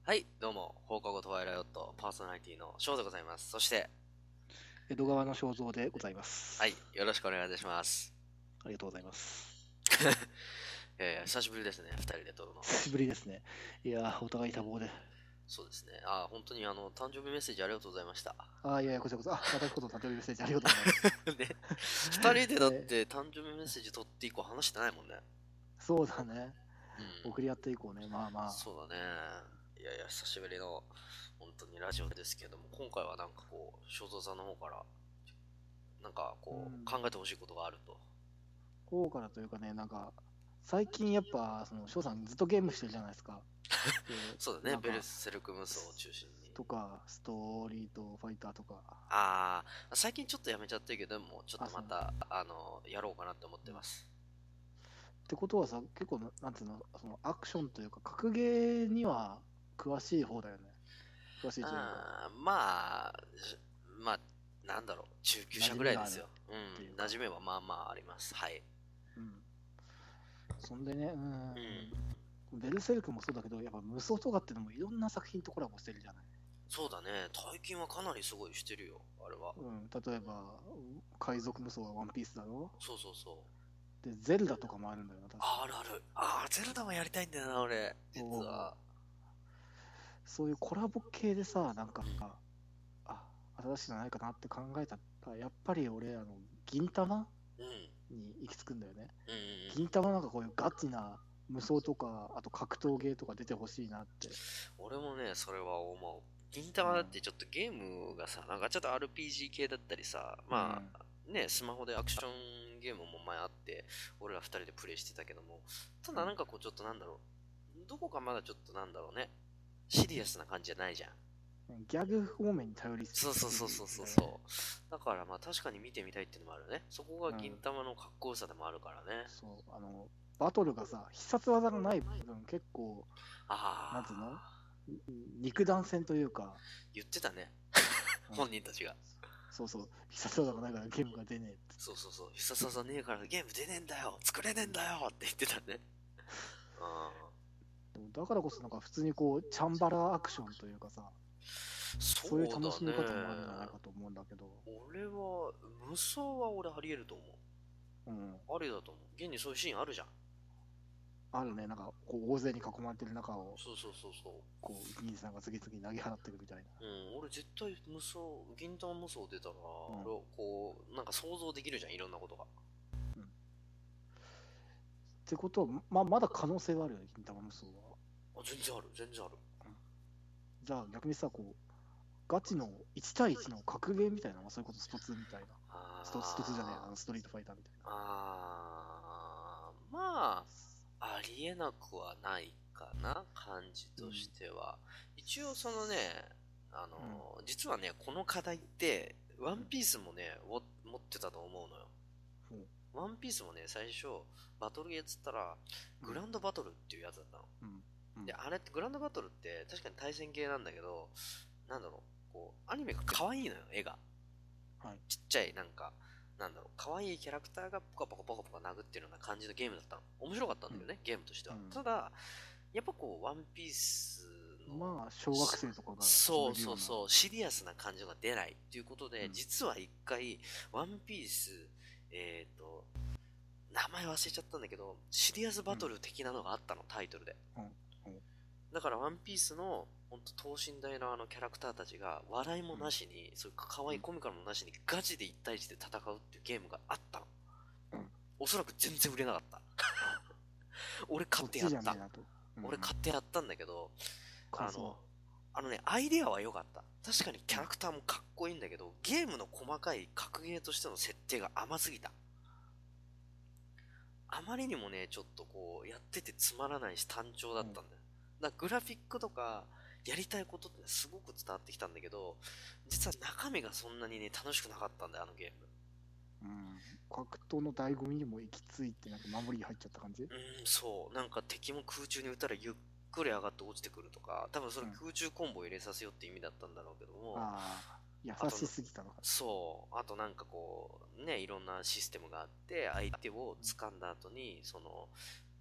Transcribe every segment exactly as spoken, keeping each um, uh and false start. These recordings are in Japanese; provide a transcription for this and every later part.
はい、どうも、放課後トワイライオットパーソナリティのショーでございます。そして、 江戸川の肖像でございます。 はい、よろしくお願いいたします。 ありがとうございます。 えー、久しぶりですね、二人で撮るの。 久しぶりですね。いやー、お互い多忙で。 そうですね。あ、本当にあの、誕生日メッセージありがとうございました。 ああ、いやいや、こちらこそ、あ、私こと誕生日メッセージありがとうございます。 ね、二人でだって誕生日メッセージ撮って以降話してないもんね。 そうだね。 うん。 送り合っていこうね、まあまあ。 そうだね。いやいや、久しぶりの、本当にラジオですけども、今回はなんかこう、正蔵さんの方から、なんかこう、 うん、 考えてほしいことがあると。 方からというかね、なんか、最近やっぱ、その翔さんずっとゲームしてるじゃないですか。で、 そうだね、 なんか、 ベルセルク無双を中心に。 とか、ストーリーとファイターとか。 ああ、最近ちょっとやめちゃってるけど、もうちょっあ、そう。 とまた、あの、やろうかなって思ってうん、っます。 てことはさ、結構な、なんつうの、そのアクションというか、格ゲーには詳しい方だよね。詳しいというか。 あーまあ、まあ、なんだろう、中級者ぐらいですよ。うん、 っていうか、 馴染めはまあまああります。はい。 うん、そんでね、 うん、 うん、ベルセルクもそうだけど、やっぱ無双とかってのもいろんな作品とコラボしてるじゃない。 そうだね、最近はかなりすごいしてるよ、あれは。 うん、例えば、海賊無双はワンピースだろ。 そうそうそう。 で、ゼルダとかもあるんだよな、確か。 ああるある。ああ、ゼルダもやりたいんだよな、俺、実は。 そういうコラボ系でさ、なんか、 うん、 あ、新しいのないかなって考えたら、やっぱり俺、あの、銀魂うん、 に行き着くんだよね。 うん、うん。 銀魂なんかこういうガチな無双とか、あと格闘ゲーとか出てほしいなって。 俺もね、それは思う。銀うん。 魂だってちょっとゲームがさ、なんかちょっと アールピージー 系だったりさ、まうん。 あ、ね、スマホでアクションゲームも前あって、俺ら二人でプレイしてたけども、ただなんかこうちょっとなんだろう、どこかまだちょっとなんだろうね、シリアスな感じじゃないじゃん。 ギャグ方面に頼りすそうそうぎるそうそうそうんだよね。 そう。だからまあ確かに見てみたいっていうのもあるね。そこがうん。 銀魂のかっこよさでもあるからね。 そう、あの、バトルがさ、必殺技がない分、結構、なんつうの、 あ肉弾戦というか、 ー、言ってたね。 うん、 本人たちが。 そうそう、必殺技がないからゲームが出ねえって。 そうそうそう。必殺技ねえからゲーム出ねえんだよ作れねえんだよって言ってたね。あでもだからこそ、なんか普通にこう、チャンバラアクションというかさ、 そそういう楽しうだね。 み方もあるんじゃないかと思うんだけど、 俺は、無双は俺あり得ると思うん。 う。ありだと思う。現にそういうシーンあるじゃん。 あるね、なんか、こう、大勢に囲まれてる中を、 そうそうそうそこう、議員さんが次々投げ払ってるみたいな。 う。うん、俺絶対無双、銀魂無双出たら、 うん。 俺はこう、なんか想像できるじゃん、いろんなことが。 うん。ってことは、まあ、まだ可能性はあるよね、金玉無双は。 あ、全然ある、全然ある。 うん、じゃあ逆にさ、こう、ガチのいち対いちの格ゲーみたいな、まあ、そういうことストツーみたいな。ストストツーじゃねえ、ああのストリートファイターみたいな。 あー、まあ、ありえなくはないかな、感じとうん。 しては。一応そのね、あうん。 の、実はね、この課題って、ワうん。 ンピースもね、持ってたと思うのよ。 ほう。 ワンピースもね、最初、バトルゲーっつったら、 うん。 グランドバトルっていうやつだったの。 うん。うん。 で、あれってグランドバトルって確かに対戦系なんだけど、なんだろう、こう、アニメが可愛いのよ、絵が。 はい。 ちっちゃい、なんか、なんだろう、可愛いキャラクターがポカポカポカポカ殴ってるような感じのゲームだったの。面白かったんうん。 だけどね、ゲームとしては。 うん。 ただ、やっぱこう、ワンピースの、 まあ、小学生とかが遊そうべるような。 そうそう、シリアスな感じが出ないっていうことで、 うん。 実は一回、ワンピース、えっ、ー、と、名前忘れちゃったんだけど、シリアスうん。 バトル的なのがあったの、タイトルで。 うん。うん。 だから、ワンピースの、ほんと等身大のあのキャラクターたちが、笑いもうん。 なしに、そういう可愛いうん。 コミカルもなしに、ガチでいち対いちで戦うっていうゲームがあったの。 うん。 おそらく全然売れなかった。俺買そっってやった。 ちじゃねえなと。うん。 俺買ってやったんだけど、 感想は。 あの、あのね、アイデアは良かった。確かにキうん。 ャラクターもかっこいいんだけど、ゲームの細かい格ゲーとしての設定が甘すぎた。あまりにもね、ちょっとこう、やっててつまらないし単調だうん。 ったんだよ。だからグラフィックとか、やりたいことってすごく伝わってきたんだけど、実は中身がそんなにね、楽しくなかったんだよ、あのゲーム。 うん。格闘の醍醐味にも行き着いて、なんか守り入っちゃった感じ。 うーん、そう。なんか敵も空中に撃ったらゆっくり上がって落ちてくるとか、多分それうん。 空中コンボ入れさせようって意味だったんだろうけども、 ああ、優あと、 しすぎたのかそう。あとなんかこう、ね、いろんなシステムがあって、相手を掴んだ後に、その、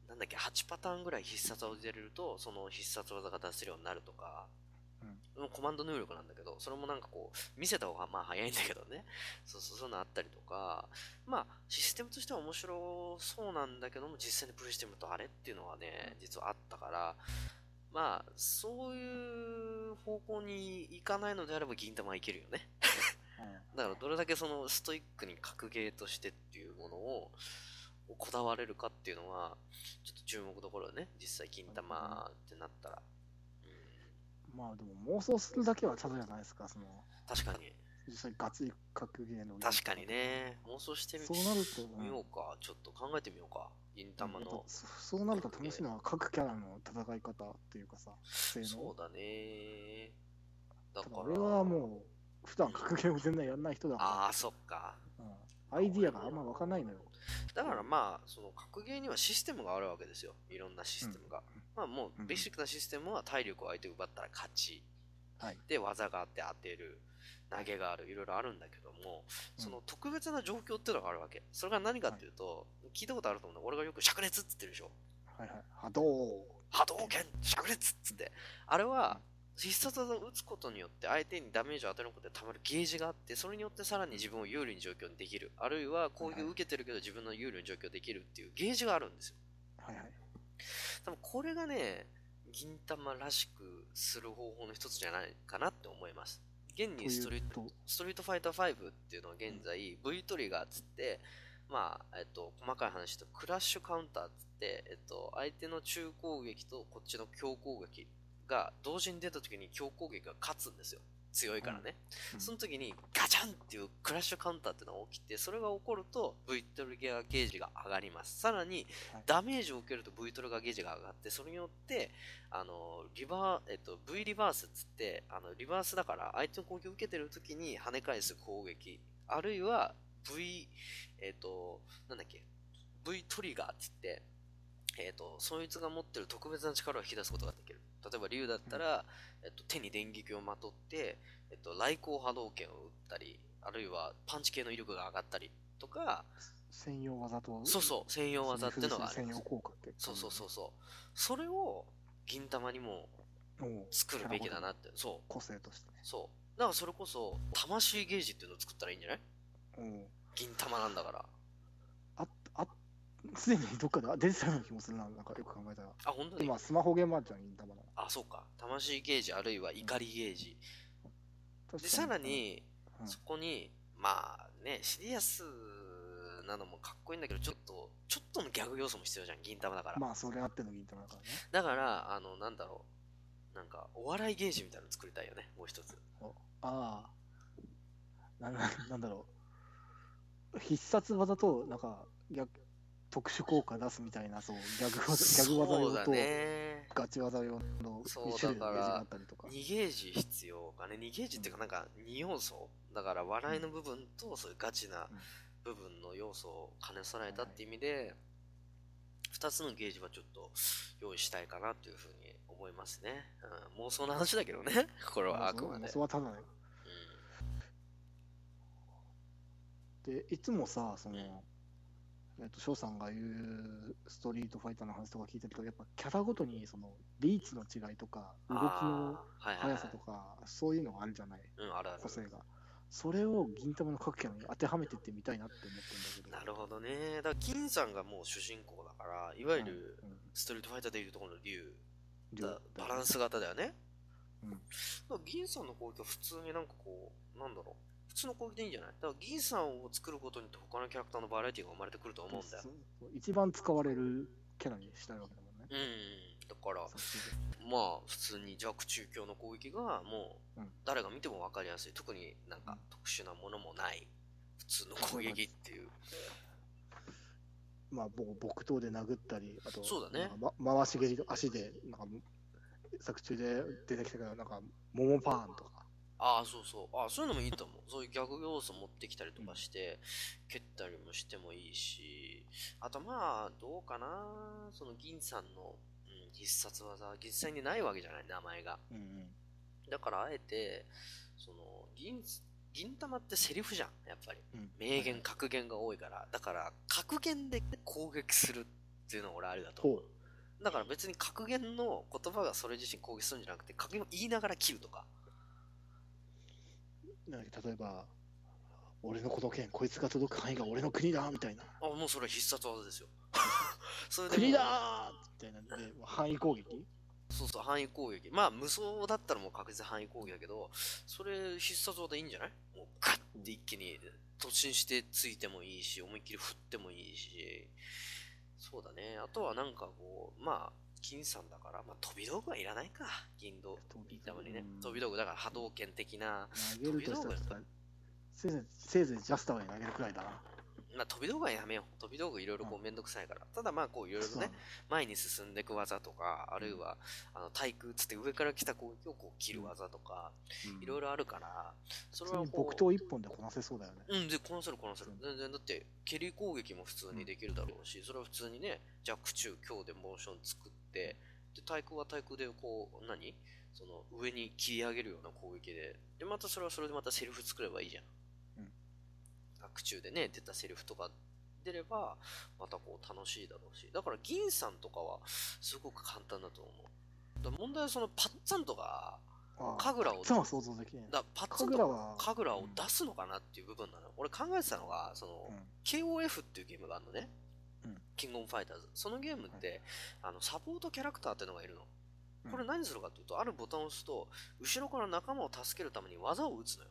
なんだっけ、はちパターンぐらい必殺技を入れると、その必殺技が出せるようになるとか、うん、コマンド入力なんだけど、それもなんかこう、見せた方がまあ早いんだけどね。そうそう、そういうのあったりとか、まあ、システムとしては面白そうなんだけども、実際にプレイしてみるとあれっていうのはね、実はあったから、まあ、そういう方向に行かないのであれば銀玉はいけるよね。だからどれだけそのストイックに格ゲーとしてっていうものをこだわれるかっていうのはちょっと注目どころだね、実際銀玉ってなったら、 うん、まあでも妄想するだけはただじゃないですか、その確かに実際ガチ格ゲーの確かにね、妄想してみそうなると、うん、 見ようか、ちょっと考えてみようか、銀玉の、うん、 そ, そうなると楽しいのは各キャラの戦い方っていうかさ、 性能そうだね。 だから俺はもう普段格ゲーを全然やんない人だから、 ああそっか、 うん、アイディアがあんま分かんないのよ。 だからまあその格ゲーにはシステムがあるわけですよ、いろんなシステムが、うん、まあもうベーシックなシステムは体力を相手奪ったら勝ち、はい、で技があって当てる、投げがある、いろいろあるんだけども、その特別な状況っていうのがあるわけ。それが何かっていうと、はい、聞いたことあると思うの、俺がよく灼熱って言ってるでしょ。 はいはい。波動波動拳灼熱っつって、あれは必殺技を打つことによって相手にダメージを与えることでたまるゲージがあって、それによってさらに自分を有利に状況にできる、あるいは攻撃を受けてるけど自分の有利に状況できるっていうゲージがあるんですよ。 はいはい。 多分これがね、銀玉らしくする方法の一つじゃないかなって思います。現にストリート、ストリートファイターファイブっていうのは現在 V トリガーっつって、まあ、えっと、細かい話とクラッシュカウンターっつって、えっと、相手の中攻撃とこっちの強攻撃が同時に出た時に強攻撃が勝つんですよ。強いからね。うん、その時にガチャンっていうクラッシュカウンターっていうのが起きて、それが起こると V トリガーゲージが上がります。さらにダメージを受けると V トリガーゲージが上がって、それによってあのリバー、えっと、V リバースっつってあのリバースだから相手の攻撃を受けてる時に跳ね返す攻撃、あるいは V えっとなんだっけ V トリガーっつってえっとそいつが持ってる特別な力を引き出すことができる。例えば竜だったら、えっと、手に電撃をまとって、えっと、雷光波動拳を打ったり、あるいはパンチ系の威力が上がったりとか、 専用技と、 そうそう専用技っていうのがあります。 専用効果って、 そうそうそうそう、それを銀玉にも作るべきだなって。そう個性としてね。 そうだからそれこそ魂ゲージっていうのを作ったらいいんじゃない？銀玉なんだから。 ああすでにどっかで出てたような気もするな、なんかよく考えたら。 あ、本当に？ 今スマホゲームあるじゃん、銀玉の。 あ、そうか。魂ゲージあるいは怒りゲージ。うん、で、さらに、うん、そこに、まあね、シリアスなのもかっこいいんだけど、ちょっと、ちょっとのギャグ要素も必要じゃん、銀玉だから。 まあ、それあっての銀玉だからね。 だから、あの、なんだろう。なんか、お笑いゲージみたいなの作りたいよね、もう一つ。 ああ。な、なんだろう。必殺技と、なんか、逆、特殊効果出すみたいな、そう、ギャグ技、ギャグ技用と、ガチ技用のに種類のゲージがあったりとか。 にゲージ必要かね。にゲージっていうかなんかに要素だから、笑いの部分とそういうガチな部分の要素を兼ね備えたっていう意味で、ふたつのゲージはちょっと用意したいかなというふうに思いますね。うん、妄想の話だけどね。これはあくまで。 妄想はただね。うん、で、いつもさ、その、うんえっと、翔さんが言うストリートファイターの話とか聞いてると、やっぱキャラごとにそのリーチの違いとか、動きの速さとか、はいはいはい、そういうのがあるじゃない、 うん、あるある個性が。それを銀玉の各キャラに当てはめていってみたいなって思ってるんだけど。 なるほどね。だから銀さんがもう主人公だから、いわゆるストリートファイターでいうところの竜、うん、バランス型だよね。うん、だから銀さんの攻撃は普通になんかこう、なんだろう。普通の攻撃でいいんじゃない？だから銀さんを作ることによって他のキャラクターのバラエティが生まれてくると思うんだよ。 一番使われるキャラにしたいわけだもんね。 うん、だからまあ普通に弱中強の攻撃がもう誰が見ても分かりやすい、特になんか特殊なものもない普通の攻撃っていう。 まあ木刀で殴ったり、あとそうだね、 ま、回し蹴り足でなんか作中で出てきたけどなんか桃パーンとか。 ああ、そうそう。ああ、そういうのもいいと思う。そういうギャグ要素持ってきたりとかして、うん、蹴ったりもしてもいいし、あとまあ、どうかな。その銀さんの、うん、必殺技、実際にないわけじゃない、名前が。うんうん、だからあえて、その、銀、銀玉ってセリフじゃん、やっぱり。うん、名言、格言が多いから。だから、格言で攻撃するっていうのが俺あるだと思う。だから別に格言の言葉がそれ自身攻撃するんじゃなくて、格言を言いながら切るとか。 なんか例えば、俺のこの剣、こいつが届く範囲が俺の国だみたいな。 あ、もうそれは必殺技ですよ。 それで国だみたいなんで、範囲攻撃。 そうそう、範囲攻撃。まあ、無双だったらもう確実に範囲攻撃だけど、それ必殺技いいんじゃない？もうガッて一気に突進してついてもいいし、思いっきり振ってもいいし、そうだね。あとはなんかこう、まあ、銀さんだから、まあ、飛び道具はいらないか。銀道、銀玉にね。飛び道具だから波動拳的な。 投げるとしたら、せいぜい、せいぜいジャスターに投げるくらいだな。 まあ、飛び道具はやめよう。飛び道具いろいろこうめんどくさいから。ただまあこういろいろね、前に進んでいく技とか、あるいはあの対空つって上から来た攻撃をこう切る技とか、いろいろあるから、 それはこう。木刀一本でこなせそうだよね。 うん、で、こなせるこなせる。全然だって、蹴り攻撃も普通にできるだろうし、それは普通にね、弱中強でモーション作って、で、対空は対空でこう、何その上に切り上げるような攻撃で、で、またそれはそれでまたセリフ作ればいいじゃん。白中でね、出たセリフとか出れば、またこう楽しいだろうし。だから銀さんとかはすごく簡単だと思う。だ問題はそのパッツァンとか、神楽を、 パッツァンは想像できない。 だパッツァンとか神楽を出すのかなっていう部分なの。俺考えてたのが、その、うん、ケーオーエフ っていうゲームがあるのね。うん、キングオブファイターズ。そのゲームって、うん、あのサポートキャラクターっていうのがいるの。これ何するかっていうと、あるボタンを押すと、後ろから仲間を助けるために技を打つのよ。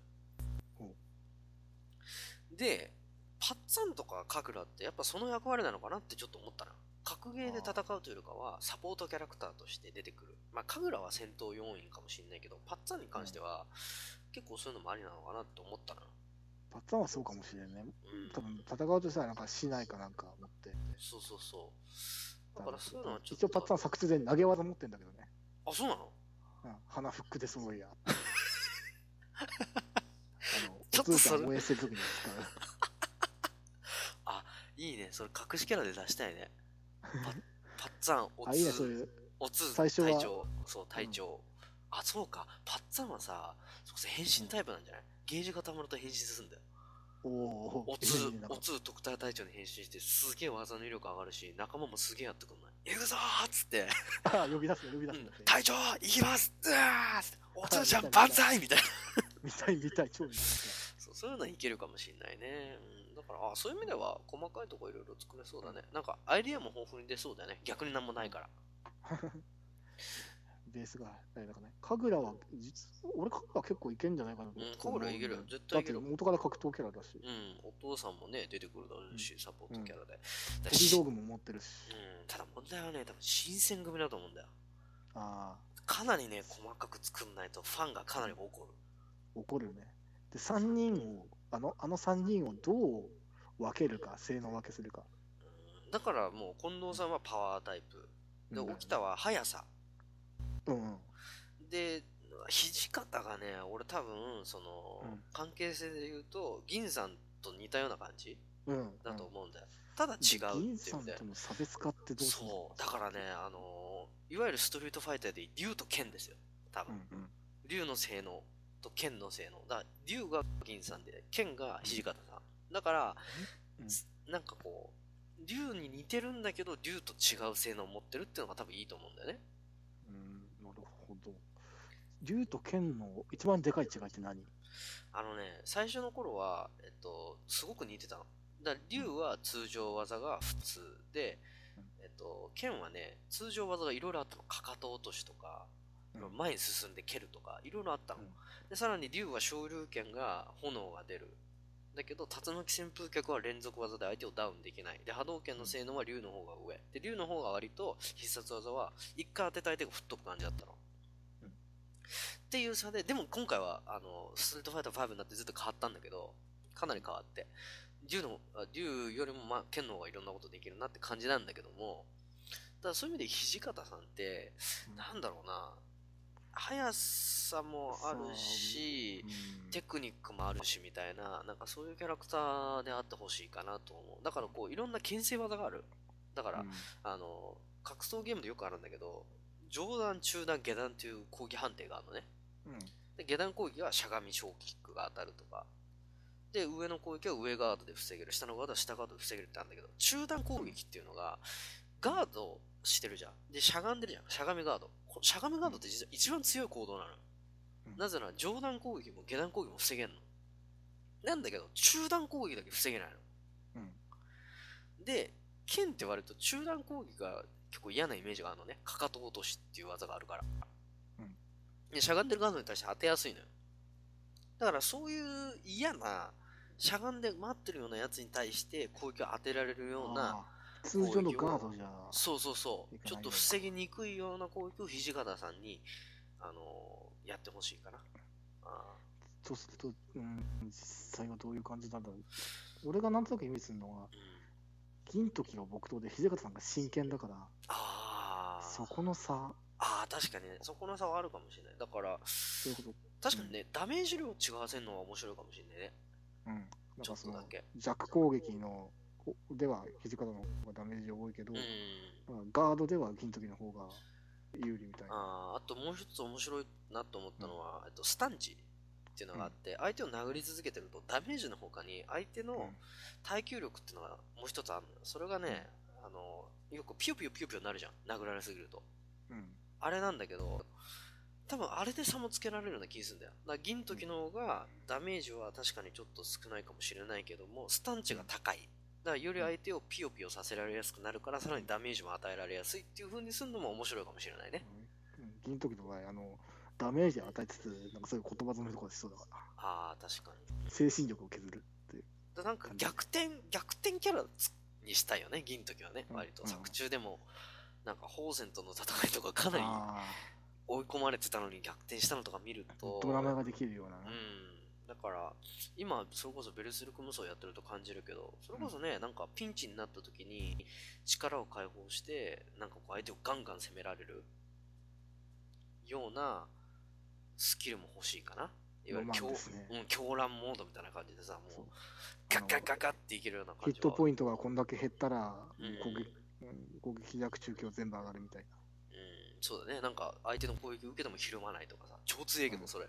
で、パッツァンとかカグラってやっぱその役割なのかなってちょっと思ったな。格ゲーで戦うというよりかはサポートキャラクターとして出てくる。まあカグラは戦闘要員かもしれないけど、パッツァンに関しては結構そういうのもありなのかなって思ったな。 パッツァンはそうかもしれんね。うん、多分戦うとしたらなんかしないかなんか持って。 そうそうそう。だからそういうのはちょっと。 一応パッツァン作中で投げ技持ってんだけどね。 あ、そうなの？ うん、鼻フックでそういや。 ちょっとそれあ、 いいね。それ隠しキャラで出したいね。パパッツァン、おつ、 いいね、そういうおつ、 最初は隊長、そう、隊長、うん。あ、そうか。パッツァンはさ、そう変身タイプなんじゃない？ゲージが溜まると変身するんだよ。 おお、 おつ、おつ、特待隊長に変身して、すげえ技の威力上がるし、仲間もすげえやってくんない。行くぞーっつって。 あ、呼び出す呼び出す、 うん、隊長行きますうわーっつって、おつちゃん万歳みたいな。 見たい見たい、超見たい。 そう、そういうのはいけるかもしれないね。うん、だから、あ、そういう意味では、細かいところいろいろ作れそうだね。なんか、アイディアも豊富に出そうだよね。逆になんもないから。 ベースが、あれだからね。神楽は、実俺、神楽結構いけんじゃないかなと思う。うん、神楽いけるよ。絶対いける。 だって元から格闘キャラだし。 うん、お父さんもね、出てくるだろうし、サポートキャラで。 飛び道具も持ってるし。 うん、ただ問題はね、多分新選組だと思うんだよ。 ああ。 かなりね、細かく作んないとファンがかなり怒る。 怒るね。で、さんにんを、あの、あのさんにんをどう分けるか、性能分けするか。 うん、だからもう、近藤さんはパワータイプ。で、沖田は速さ。 うん、うん。 で、土方がね、俺多分、その、うん、関係性で言うと、銀さんと似たような感じ、うん、だと思うんだよ。ただ違うっていう銀さんとの差別化ってどうするの？ そう。だからね、あのー、いわゆるストリートファイターで竜と剣ですよ。多分。うんうん、竜の性能と剣の性能。だから竜が銀さんで、剣が土方さん。だから、うん、なんかこう、竜に似てるんだけど、竜と違う性能を持ってるっていうのが多分いいと思うんだよね。 うん、なるほど。竜と剣の一番でかい違いって何？ あのね、最初の頃は、えっと、すごく似てたの。だから竜は通常技が普通で、うん、えっと、剣はね、通常技がいろいろあったの。かかと落としとか、うん、前に進んで蹴るとか、いろいろあったの。うん、で、さらに竜は昇竜拳が炎が出る。だけど、竜巻旋風脚は連続技で相手をダウンできない。で、波動拳の性能は竜の方が上。で、竜の方が割と必殺技は、一回当てた相手が吹っ飛ぶ感じだったの。うん、っていう差で、でも今回は、あの、ストリートファイターファイブになってずっと変わったんだけど、かなり変わって。竜の、竜よりも、まあ、剣の方がいろんなことできるなって感じなんだけども、ただそういう意味で土方さんって、うん、なんだろうな、速さもあるし、うん、テクニックもあるしみたいな、なんかそういうキャラクターであってほしいかなと思う。だからこう、いろんな牽制技がある。だから、うん、あの、格闘ゲームでよくあるんだけど、上段、中段、下段という攻撃判定があるのね。うん、で下段攻撃はしゃがみ小キックが当たるとか。で、上の攻撃は上ガードで防げる。下のガードは下ガードで防げるってあるんだけど、中段攻撃っていうのが、 ガードしてるじゃん。で、しゃがんでるじゃん。しゃがみガード。こしゃがみガードって実は一番強い行動なのよ。 うん、 なぜなら上段攻撃も下段攻撃も防げんの。なんだけど、中段攻撃だけ防げないの。 うん、 で、剣って割と中段攻撃が結構嫌なイメージがあるのね。かかと落としっていう技があるから。 うん、 で、しゃがんでるガードに対して当てやすいのよ。だからそういう嫌な、しゃがんで待ってるようなやつに対して攻撃を当てられるような通常のガードじゃ、 そうそうそう、ちょっと防ぎにくいような攻撃を土方さんに、あのー、やってほしいかな。あそうすると、うん、実際はどういう感じなんだろう。俺がなんとなくイメージするのは、うん、銀時が木刀で土方さんが真剣だから、あそこの差。 ああ、確かにね、そこの差はあるかもしれない。だから、そういうこと。確かにね、うん、ダメージ量を違わせるのは面白いかもしれないね。 うん。なんかその弱攻撃のでは土方の方がダメージ多いけど、うん、ガードでは銀時の方が有利みたいな。 ああともう一つ面白いなと思ったのは、うん、えっと、スタンチっていうのがあって、うん、相手を殴り続けてるとダメージの他に相手の耐久力っていうのがもう一つあるのよ。それがね、うん、あのよくピヨピヨピヨピヨなるじゃん、殴られすぎると、うん、あれなんだけど多分あれで差もつけられるような気がするんだよ。だから銀時の方がダメージは確かにちょっと少ないかもしれないけども、スタンチが高い。だからより相手をピヨピヨさせられやすくなるから、さらにダメージも与えられやすいっていう風にするのも面白いかもしれないね。 うん、銀時の場合、あの、ダメージを与えつつ、なんかそういう言葉詰めとかしそうだから。 ああ、確かに。 精神力を削るっていう。 だなんか逆転、逆転キャラにしたいよね、銀時はね。割と作中でも、なんかホーゼンとの戦いとかかなり追い込まれてたのに逆転したのとか見るとドラマができるような、 ね、うん、だから今それこそベルセルク無双やってると感じるけど、それこそね、うん、なんかピンチになった時に力を解放してなんかこう相手をガンガン攻められるようなスキルも欲しいかな。いわゆる狂、ね、うん、狂乱モードみたいな感じでさ、もうガッガッガッガッっていけるような感じ。 ヒットポイントがこんだけ減ったら、うん、攻撃、うん、攻撃弱中強全部上がるみたいな。 そうだね、なんか相手の攻撃受けてもひるまないとかさ、超強いけどそれ、うん、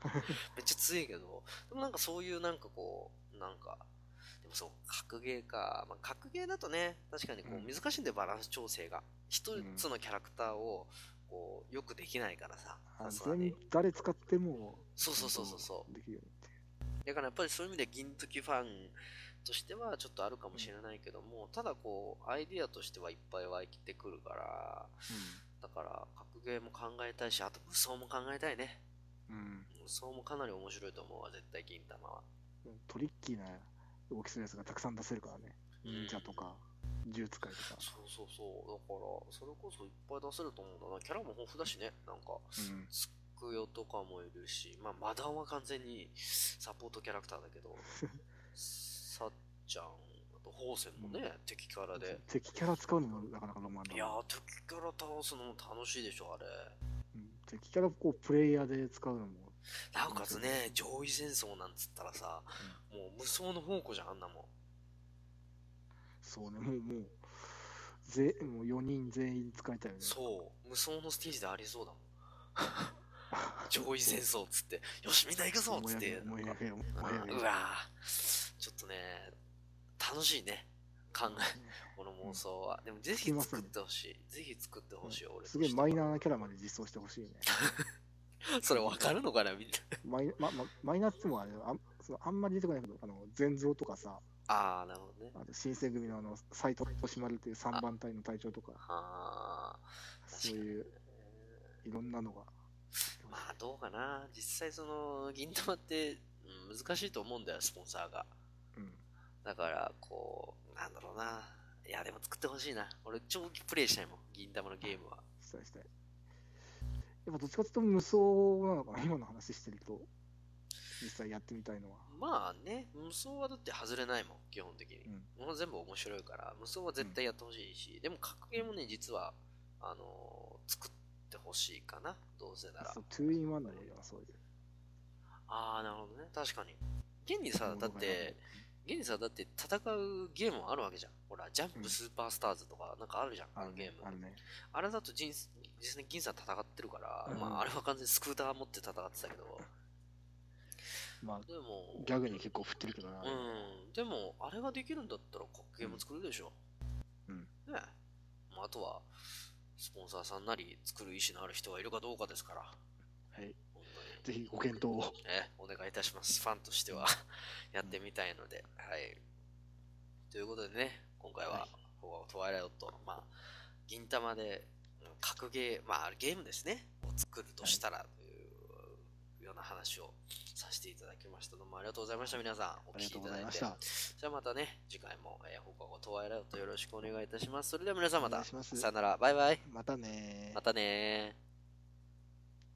めっちゃ強いけど、でもなんかそういうなんかこう、なんか、でもそう、格ゲーか、まあ、格ゲーだとね、確かにこう難しいんでバランス調整が、一つのキャラクターをこうよくできないからさ、 うん、全誰使っても、 そうそうそうそうそう、できるよってだからやっぱりそういう意味で銀時ファンとしてはちょっとあるかもしれないけども、うん、ただこうアイディアとしてはいっぱい湧いてくるから、うん、だから格ゲーも考えたいし、あと無双も考えたいね、うん、無双もかなり面白いと思うわ、絶対銀玉は。 トリッキーな動きするやつがたくさん出せるからね、忍者とか銃使いとか、 そうそうそう、だからそれこそいっぱい出せると思うんだな。キャラも豊富だしね、なんか、うん、つくよとかもいるし、まあマダンは完全にサポートキャラクターだけどさっちゃん、あとホーセンもね、うん、敵キャラで敵キャラ使うのもなかなかロマンだ。 いやー、敵キャラ倒すのも楽しいでしょあれ、 うん、敵キャラこうプレイヤーで使うのもなおかつね、上位戦争なんつったらさ、うん、もう無双の宝庫じゃん、あんなもん。 そうね、もうもうぜもうよにん全員使いたいよね。 そう、無双のステージでありそうだもん上位戦争っつって、よしみんな行くぞっつって、うわちょっとね、楽しいね、考え、この妄想は。でもぜひ作ってほしい、ぜひ作ってほしい、俺。 すげえマイナーなキャラまで実装してほしいね。 それ分かるのかな、みんな。 マイ、まま、マイナーってもあれあん、そのあんまり出てこないけど、あの全蔵とかさ、 ああ、なるほどね。 あと新選組のあの斎藤利丸っていうさんばん隊の隊長とか、あそういういろんなのが。 まあどうかな、実際その銀玉って、うん、難しいと思うんだよ、スポンサーが。うん、だからこうなんだろうな、いやでも作ってほしいな。俺長期プレイしたいもん、銀玉のゲームは。 したいしたい。やっぱどっちかというと無双なのかな、今の話してると。実際やってみたいのは。 まあね、無双はだって外れないもん、基本的に。うん、もう全部面白いから、無双は絶対やってほしいし、うん、でも格ゲーもね、実は、あのー、作ってほしいかな、どうせなら。 そう、ツーインワンのような、そういう。 ああ、なるほどね、確かに。現にさ、だって、現にさ、だって戦うゲームもあるわけじゃん。ほら、ジャンプスーパースターズとか、なんかあるじゃん、うん、あのゲーム。あるね。あれだと実際に銀さん戦ってるから、うん、まあ、あれは完全にスクーター持って戦ってたけど、 まあ、でもギャグに結構振ってるけどな。 うん。でも、あれができるんだったら、格ゲーム作るでしょ。うん。ねまあ、あとは、スポンサーさんなり作る意思のある人がいるかどうかですから。はい。ぜひご検討を。 え、お願いいたします。ファンとしてはやってみたいので。はい。ということでね、今回は、トワイライト、まあ、銀玉で、格ゲー、まあ、ゲームですね、を作るとしたら、というような話をさせていただきました。どうもありがとうございました、皆さん。お聞きいただいて。じゃあまたね、次回も、えー、放課後トワイライトよろしくお願いいたします。それでは皆さんまた、さよなら、バイバイ。 またねまたね